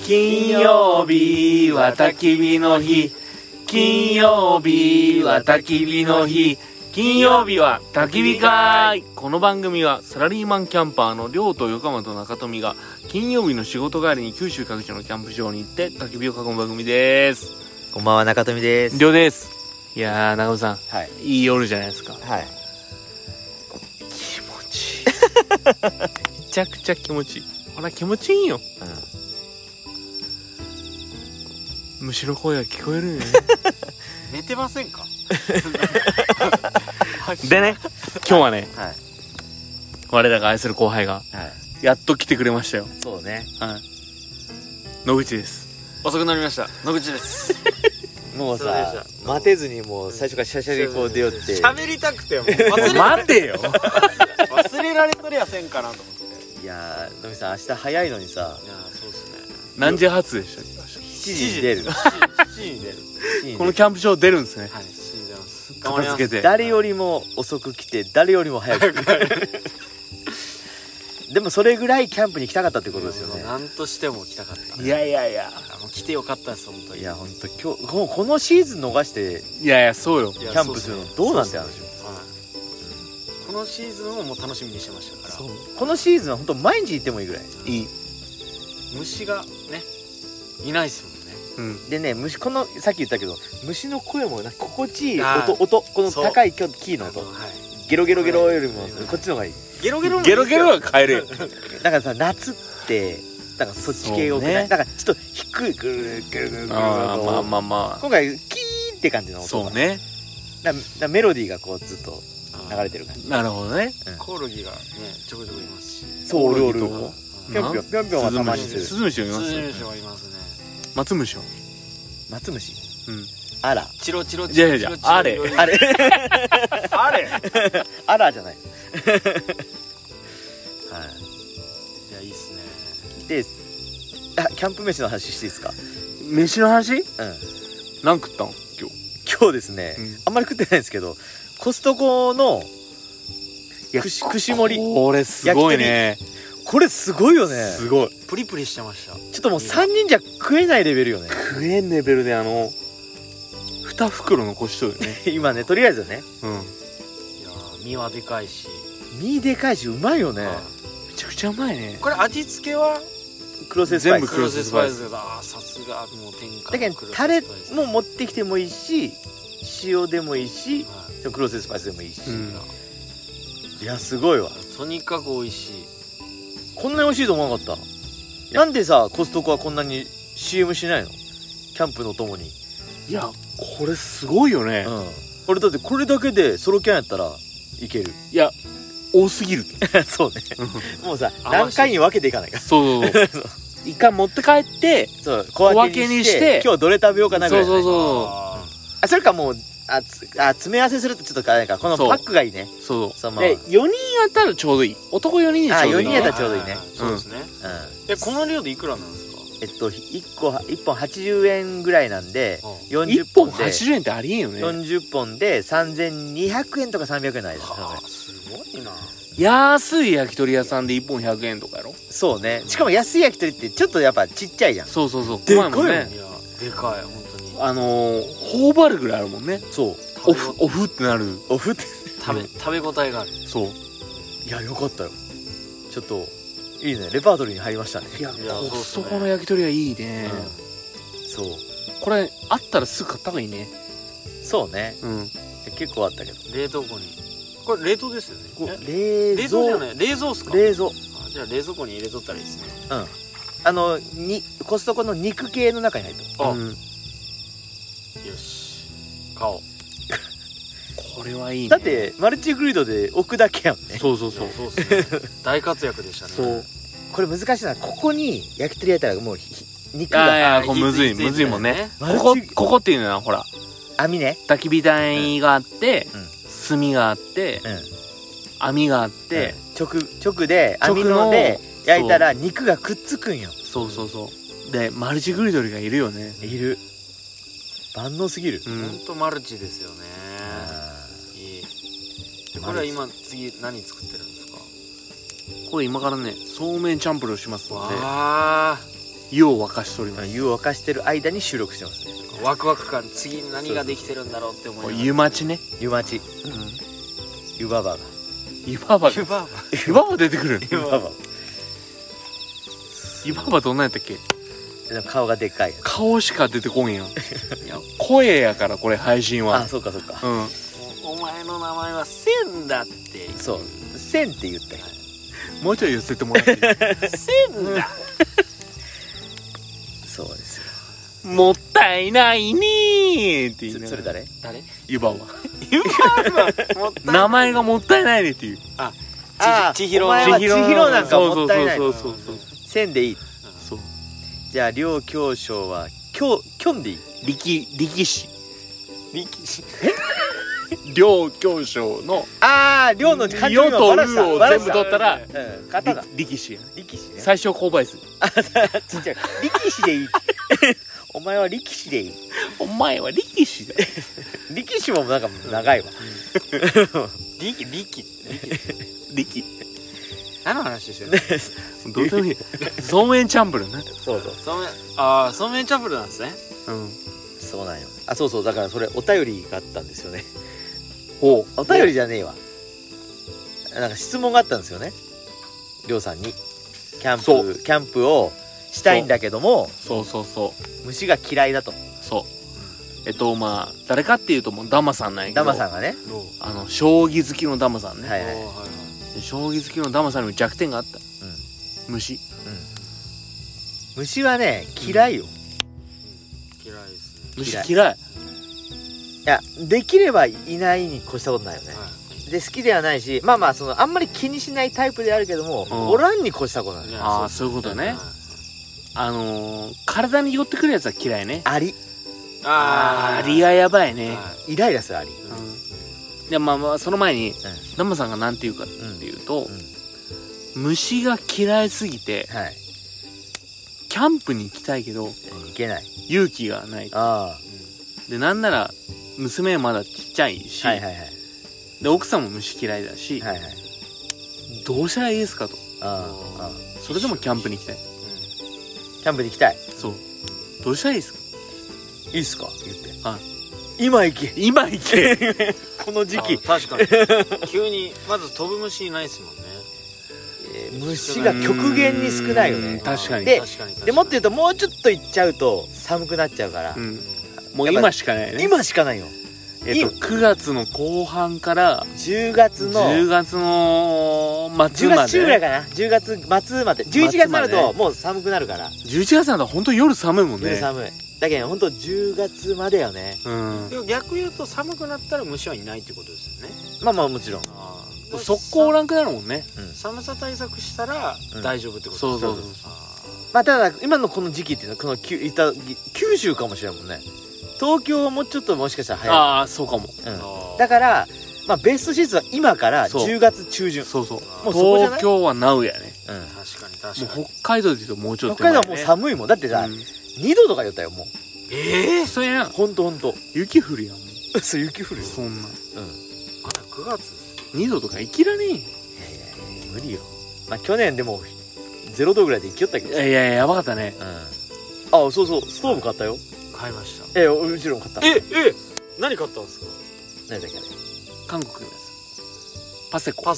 金曜日は焚き火の日、金曜日は焚き火の日、金曜日は焚き火会。この番組はサラリーマンキャンパーの亮と横山と中富が金曜日の仕事帰りに九州各地のキャンプ場に行って焚き火を囲む番組です。 こんばんは、中富です。 亮です。いやー、中富さん、 はい、 いい夜じゃないですか。 はい、 気持ちいいめちゃくちゃ気持ちいい。ほら気持ちいいよ、虫の声が聞こえるよね寝てませんかでね、今日はね、 はい、 我らが愛する後輩が、 はい、 やっと来てくれましたよ。 そうね、 はい、野口です。 遅くなりました、野口ですもうさ、待てずにもう最初からシャシャでこう出よって喋りたくても待てよ忘れられとりゃせんかなと思って。 いやー、野口さん明日早いのにさ。 いやー、そうっすね。 何時発でしたっけ。 7時に出る 7時に出るこのキャンプ場出るんですね。 はい、7時に出ます。 片付けて誰よりも遅く来て誰よりも早く来るでもそれぐらいキャンプに来たかったってことですよね。 何としても来たかった。 いやいやいや、 もう来てよかったです本当に。 いや本当今日このシーズン逃していやいや、そうよ、 キャンプするのどうなんて話よ。 このシーズンをもう楽しみにしてましたから。 そう、このシーズンは本当毎日行ってもいいぐらいいい。 虫がねいないっすもんね。 でね、虫、このさっき言ったけど虫の声もなんか心地いいあー音、この高いキーの音、 はい、 ゲロゲロゲロよりもはいこっちの方がいい。 ゲロゲロもいいゲロゲロは帰れよだからさ、夏ってなんかそっち系多くない？ そうね、 なんかちょっと低いぐるぐるぐるぐるあー、まあまあまあ、 今回キーンって感じの音。 そうね、 だメロディーがこうずっと流れてる感じ。 なるほどね。 コオロギがねちょこちょこいますし。 そう、おるおる。 とぴょんぴょんぴょんぴょんはたまにする。 スズムシがいますよ。 スズムシはいますね。 松虫は、 松虫。 あら、 チロチロじゃあじゃああれあれあれあらじゃないはい。 いや、いいっすね。 で、キャンプ飯の話していいですか？ 飯の話？ うん。 何食ったん今日？ 今日ですね、あんまり食ってないんですけど、コストコの串盛り。 これすごいね。 これすごいよね。 すごい。 プリプリしてました。 ちょっともう3人じゃ食えないレベルよね。 食えんレベルで2袋残しとるよね今ね、とりあえずね。 いやー、身はでかいし。 身でかいしうまいよね。 めちゃくちゃうまいね。 これ味付けはクロススパイス。 全部クロススパイスだ。さすがもう天下。 だけどタレも持ってきてもいいし、塩でもいいし、クロススパイスでもいいし、いやすごいわ。 とにかく美味しい。 こんなに美味しいと思わなかった。なんでさ、コストコはこんなに CM しないの？キャンプのともに。 いや、これすごいよね。 俺だってこれだけでソロキャンやったらいける。 いや、多すぎるそうねもうさ、何回に分けていかないから。 そう一回持って帰って、 そう、小分けにして今日どれ食べようかなぐらい。それかもう詰め合わせするとちょっと辛いから、このパックがいいね。 そうで、4人やったらちょうどいい。男4人でちょうどいい。 4人やったらちょうどいいね。 そうですね。この量でいくらなんですか ？1本80円ぐらいなんで、 40本で80円ってありえんよね。 40本で3200円とか300円の間。 すごいな。 安い焼き鳥屋さんで1本100円とかやろ。 そうね。しかも安い焼き鳥ってちょっとやっぱちっちゃいじゃん。 そうそうそう。 でかいもんね。 いや、でかい、本当に。 頬張るぐらいあるもんね。 そう。 オフってなる。 オフって食べ応えがある。 そう。 いや、よかったよ。ちょっといいね、レパートリーに入りましたね。 いや、コストコの焼き鳥はいいね。 そう。 これあったらすぐ買った方がいいね。 そうね。結構あったけど。 冷凍庫に。これ冷凍ですよね。 冷凍じゃない、冷蔵っすか？ 冷蔵。 じゃあ冷蔵庫に入れとったらいいですね。 コストコの肉系の中に入ってる。 よし、買おう。 これはいいね。 だってマルチグリドで置くだけやんね。 そうそうそう。 そうですね。大活躍でしたね。 そう。 これ難しいな。ここに焼き鳥やったらもう肉が。 これむずいもんね。ここっていうのはほら。 網ね。 焚き火台があって、炭があって、網があって、 直で網ので焼いたら肉がくっつくんよ。 そうそうそう。でマルチグリドリがいるよね。 いる。万能すぎる。 ほんとマルチですよね。いい。これは今次何作ってるんですか？ これ今からね、そうめんチャンプルーしますので。 わ湯を沸かしております。 湯を沸かしてる間に収録してますね。 ワクワク感、次に何ができてるんだろうって思いながら。 湯待ちね。 湯待ち、湯婆婆が湯婆婆。 湯婆婆。 湯婆婆出てくる。 湯婆婆湯婆婆どんなんやったっけ？ でも顔がでっかいやつ。 顔しか出てこんやん。いや声やからこれ配信は。 そうかそうか。 お前の名前はセンだって。 そう千って言ったよ。 もうちょい寄せてもらっていい？ センだ。 そうですよ。 もったいないねーって言いながら。 それ誰？ 湯婆婆。 湯婆婆。 名前がもったいないねっていう。 千尋。 お前は千尋なんかもったいない。 そう。 千でいい。 そう。 じゃあ両教匠はキョンでいい。 力士。両教匠の両の漢字世とバラしたルを全部取ったら刀力士やね。 力士ね。 最初購買数。 ちっちゃい力士でいい。お前は力士でいい。 お前は力士だ。 力士もなんか長いわ。 力。何の話ですよね。 どうでもいい。そうめんチャンプルーね。 そう。 そうめんチャンプルーなんですね。 そうなんよ。そうだからそれお便りがあったんですよね。 お便りじゃねえわ。なんか質問があったんですよね。りょうさんにキャンプをしたいんだけども、 そう虫が嫌いだと。 そう。まあ誰かっていうともうダマさんなんやけど。 ダマさんがね。 将棋好きのダマさんね。 はい。 将棋好きのダマさんにも弱点があった。虫。 虫はね嫌いよ。 嫌いですね。 虫嫌い。 いやできればいないに越したことないよね。で好きではないし、まああんまり気にしないタイプであるけども、おらんに越したことない。 そういうことね。体に寄ってくるやつは嫌いね。 アリがやばいね。 イライラするアリ。 でまあその前にダマさんがなんて言うかっていうと、虫が嫌いすぎてキャンプに行きたいけど行けない、 勇気がない。でなんなら娘はまだちっちゃいし、で奥さんも虫嫌いだし、どうしたらいいですかと。それでもキャンプに行きたい。 キャンプに行きたい。 そう。どうしたらいいですか。 いいっすか言って。今行け。この時期。 確かに。急にまず飛ぶ虫いないですもんね。 虫が極限に少ないよね。 確かに。 でもっと言うともうちょっと行っちゃうと寒くなっちゃうから。 もう今しかないね。 今しかないよ。 9月の後半から 10月の末まで。 10月中ぐらいかな。10月末まで。11月になるともう寒くなるから。 11月なんだ本当夜寒いもんね。 夜寒い。だけど本当10月までよね。 でも逆言うと寒くなったら虫はいないってことですよね。 まあもちろん。 速攻おらんくなるもんね。 寒さ対策したら大丈夫ってことです。 そう。まあただ今のこの時期っていうのはこの九州かもしれんもんね。東京はもうちょっともしかしたら早い。 そうかも。 だからまあベストシーズンは今から10月中旬。 そう。 もうそこじゃない？ 東京はナウやね。 確かに。 もう北海道で言うともうちょっと。 北海道はもう寒いもん。だってさ2度とか言ったよもう。 そうやん。 ほんと。 雪降るやん。 そう雪降るよ。 そんな。 まだ9月。 2度とか生きらねえ。 いや無理よ。まあ去年でも0度ぐらいで生きよったけど。 いややばかったね。 そうストーブ買ったよ。 買いました。 うちろん買った。 何買ったんですか。 何だっけあれ。 韓国のやつ。パセコ。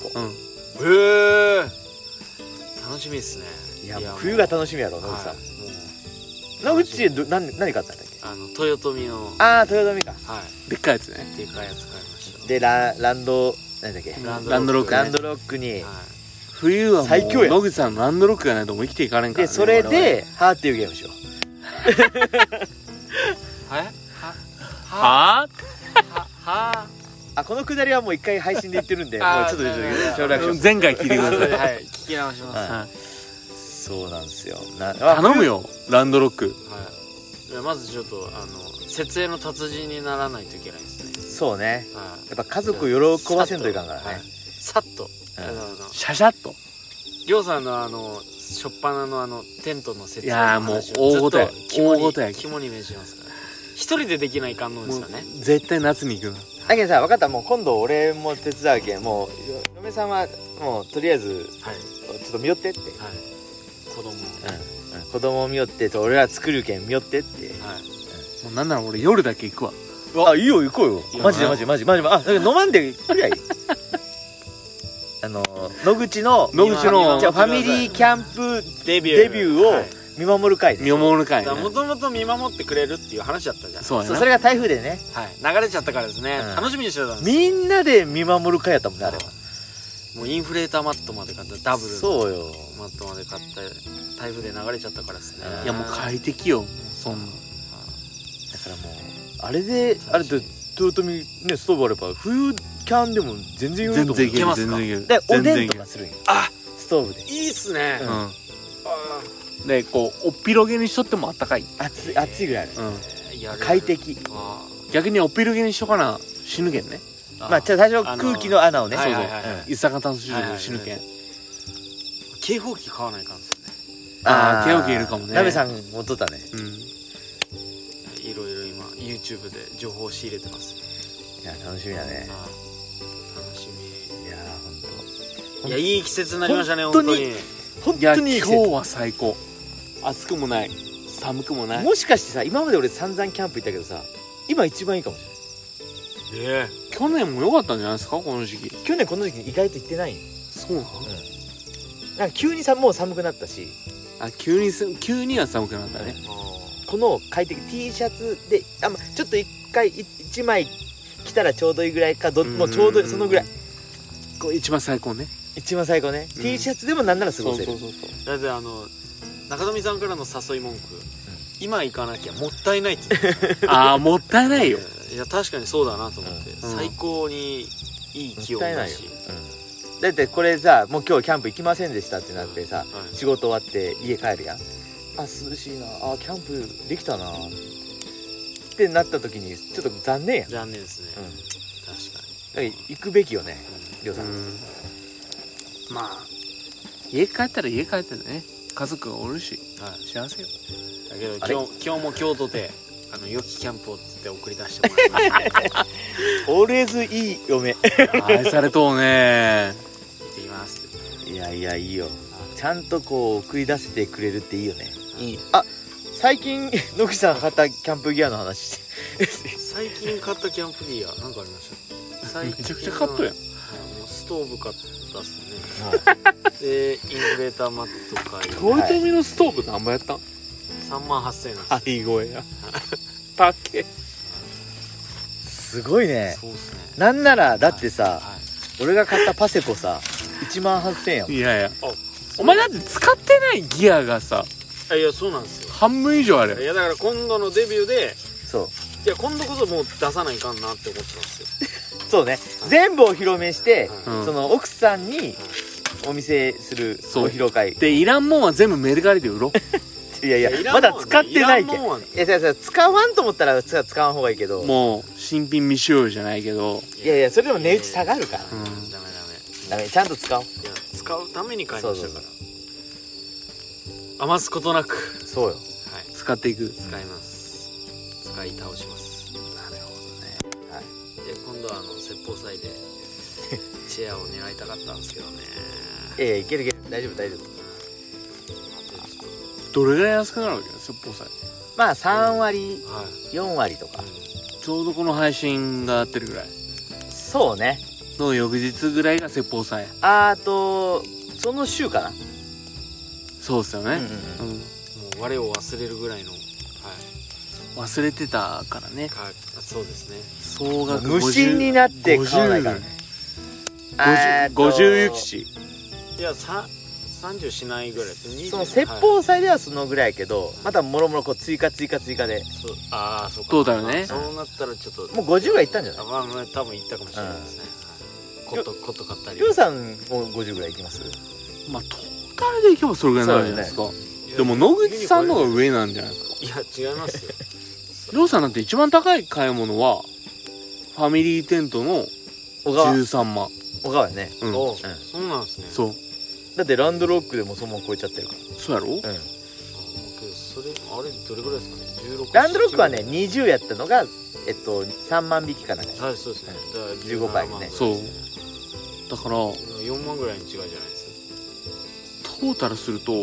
楽しみっすね。 いや冬が楽しみやろ野口さん。野口何買ったんだっけ。 豊臣の。 豊臣か。 でっかいやつね。 でっかいやつ買いました。 でランド何だっけ。 ランドロックに。 冬はもう野口さんのランドロックがないともう生きていかれんからね。 でそれでハーっていうゲームしよう。このくだりはもう一回配信で言ってるんでもうちょっと省略します。 前回聞いてください。 聞き直します。 そうなんですよ。 頼むよランドロック。 まずちょっと設営の達人にならないといけないですね。 そうね。やっぱ家族喜ばせんといかんからね。 さっとシャシャッと。 りょうさんのしょっぱなのテントの設営の話を大ごとや肝に銘じますから。一人でできないかんのですよね。 絶対夏に行くな。 だけどさ分かった。もう今度俺も手伝うけんもう嫁さんはもうとりあえずちょっと見よってって。 子供、 子供見よってと俺ら作るけん見よってってもうなんなら俺夜だけ行くわ。 あいいよ行こうよマジであだから飲まんでくりゃいい野口の野口のじゃあファミリーキャンプデビデビューを見守る会で見守る会ね。 もともと見守ってくれるっていう話だったじゃん。 そうやな。 それが台風でねはい、流れちゃったからですね、楽しみにしてたんです。 みんなで見守る会やったもんねあれはもうインフレーターマットまで買った、ダブルのそうよマットまで買って台風で流れちゃったからですね。 いやもう快適よ。そんな。 だからもうあれで豊臣ねストーブあれば冬キャンでも全然余裕と思う全然いける。 いけますか全然いける。 でおでん全然いけるとかするんよあ、 ストーブでいいっすね。 でこうおっぴろげにしとってもあったかい。 暑いぐらいある快適逆におっぴろげにしとかな死ぬけんね。 まあ最初空気の穴をねはいはいはい一酸化炭素中毒で死ぬけん。 警報器買わないかんですよね。 ああ手置きいるかもね。 なべさんも撮ったねいろいろ今 YouTube で情報を仕入れてます。 いや楽しみだね楽しみ。 いや本当いやいい季節になりましたね本当に本当に。 本いや当にいい季節今日は最高。暑くもない寒くもない。 もしかしてさ今まで俺散々キャンプ行ったけどさ今一番いいかもしれない去年も良かったんじゃないですかこの時期。 去年この時期意外と行ってないよそうなの。 なんか急にもう寒くなったしあ急には寒くなったね。 この快適 T シャツでちょっと1枚着たらちょうどいいぐらいかもうちょうどそのぐらいこう一番最高ね。 一番最高ね T シャツでもなんなら過ごせるそうだって中富さんからの誘い文句、今行かなきゃもったいないって言ってああもったいないよ。 いや確かにそうだなと思って、 ん最高にいい気温だし、 だってこれさもう今日キャンプ行きませんでしたってなってさはい仕事終わって家帰るやん涼しいなキャンプできたなってなった時にちょっと残念やん残念ですね、確かにだから行くべきよねりょうさんまあ家帰ったら家帰ったらね家族がおるしはい幸せよ。 だけど今日も京都で良きキャンプをつって送り出してもらいましたオールエズいい嫁愛されとうね。 行ってきますっていやいやいいよちゃんとこう送り出してくれるっていいよねいい。 最近野口さんが買ったキャンプギアの話して最近買ったキャンプギアなんかありましためちゃくちゃ買ったやん。 もうストーブ買ったっすねでインフレーターマット買い豊臣のストーブ何ぼやったん。 38,000円なんですあいい声や。たっけ。 すごいねそうっすねなんならだってさはい俺が買ったパセコさ18000円やもんいやいやあお前だって使ってないギアがさいやそうなんですよ半分以上ある。 いやだから今度のデビューでそういや今度こそもう出さないかんなって思ってたんですよそうね全部お披露目してうんその奥さんにお見せするそうお披露会でいらんもんは全部メルカリで売ろう。 いやいやいらんもんはねまだ使ってないけんいらんもんはねいや使わんと思ったら使わん方がいいけどもう新品未使用じゃないけど。 いやいやそれでも値打ち下がるからうんダメダメちゃんと使おういや使うために買いましたから余すことなくそうよはい使っていく。 使います使い倒しますなるほどねはいで今度は説法祭でチェアを狙いたかったんですけどねいやいける大丈夫大丈夫どれぐらい安くなるわけよ説法祭。 まあ3割はい 4割とかちょうどこの配信がやってるぐらいそうねの翌日ぐらいが説法祭。 その週かなそうっすよね。 うんうんもう我を忘れるぐらいのはい忘れてたからね。 そうですね総額無心になって買わないからね 50ゆきし。 いや30しないぐらいですその説法祭ではそのぐらいやけどまたもろもろこう追加でそうそうかトータルねそうなったらちょっともう50ぐらいいったんじゃないまあ多分いったかもしれないですねはいコット買ったりりょうさんも50ぐらいいきますまあトータルでいけばそれぐらいになるじゃないですか。でも野口さんの方が上なんじゃないですか。 いや違いますよりょうさんなんて一番高い買い物はファミリーテントの小川 13万。 やねうんおそうなんですねそうだってランドロックでもそのまま超えちゃってるかそうやろ。 らそれあれどれぐらいですかね16 ランドロックはね20やったのが3万引きかなんかはいそうですねだから 15倍ねそうだから 4万ぐらいの違いじゃないですトータルすると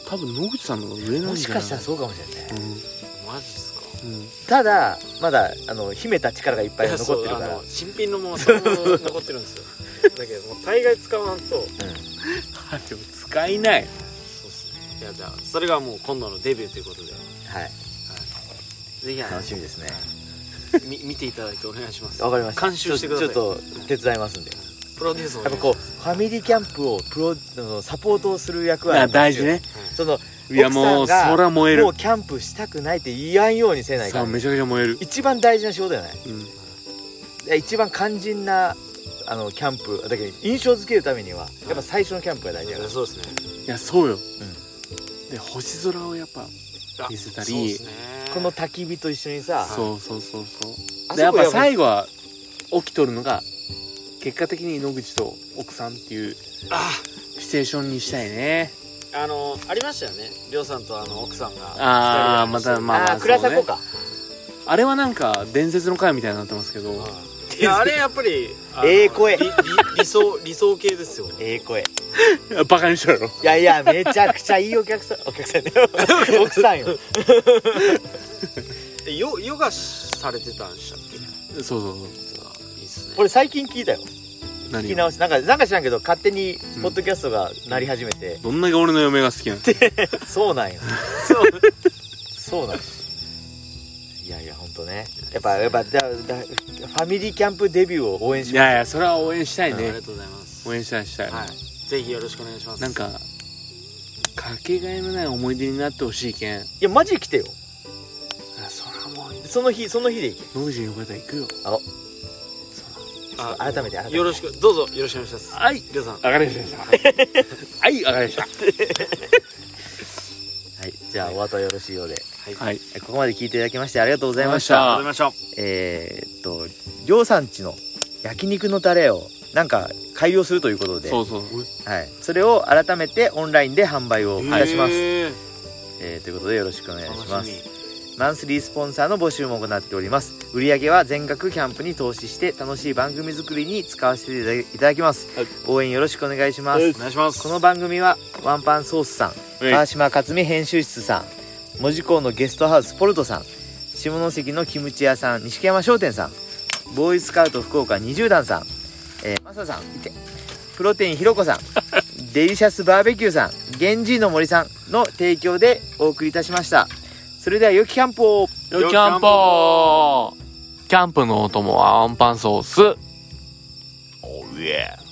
多分野口さんの方が上なんもしじゃない？ かしたらそうかもしれないね、 マジっすか。 ただまだ秘めた力がいっぱい残ってるから。 新品のままそのまま残ってるんですよ。だけどもう大概使わんと。 あれを使いない。 そうっすね。いやじゃあそれがもう今度のデビューということで、 はい、 ぜひ楽しみですね。 見ていただいてお願いします。 わかりました。 監修してください。 ちょっと手伝いますんで。 プロデュースをやっぱこうファミリーキャンプをサポートをする役割大事ね。 そのいやもうそら燃える。 もうキャンプしたくないって言わんようにせないから。 めちゃくちゃ燃える。 一番大事な仕事じゃない。一番肝心なキャンプだけど印象づけるためにはやっぱ最初のキャンプが大事だから。 そうですね。 いやそうよ。で星空をやっぱ見せたり、 この焚き火と一緒にさ。 そうでやっぱ最後は起きとるのが結果的に野口と奥さんっていうシチュエーションにしたいね。 ありましたよね、りょうさんと奥さんが。 また倉迫か。 あれはなんか伝説の回みたいになってますけど、 いやあれやっぱり声理想系ですよ。 声バカにしたやろ。 いやめちゃくちゃいいお客さんね。奥さんよ。 ヨガされてたんでしたっけ。 そういいっすね。 これ最近聞いたよ。 聞き直しなんか知らんけど勝手にポッドキャストが鳴り始めて、 どんだけ俺の嫁が好きなんそうなんよ。そうなんよ。いや本当ね。やっぱファミリーキャンプデビューを応援します。 いやそれは応援したいね。 ありがとうございます。 応援したい。 はい。ぜひよろしくお願いします。 なんかかけがえのない思い出になってほしいけん。 いやマジで来てよ。 そらもうその日で行け。 野口のよかったら行くよ。 改めてよろしくどうぞよろしくお願いします。 はい、 りょうさん。 わかりました。はいわかりました。 はい、じゃあお後よろしいようで。 はい。 ここまで聞いていただきましてありがとうございました。 ありがとうございました。 りょうさんちの焼肉のタレをなんか改良するということで、 そう。 はい、それを改めてオンラインで販売をいたします。ということでよろしくお願いします。マンスリースポンサーの募集も行っております。売上は全額キャンプに投資して楽しい番組作りに使わせていただきます。応援よろしくお願いします。 お願いします。 この番組はワンパンソースさん、川島克美編集室さん、門司港のゲストハウスポルトさん、下関のキムチ屋さん錦山商店さん、ボーイスカウト福岡20段さん、マサさんいて、プロテインひろこさんデリシャスバーベキューさん、源氏の森さんの提供でお送りいたしました。それでは良きキャンプを。 良きキャンプを。キャンプのお供はワンパンソース。おいえ。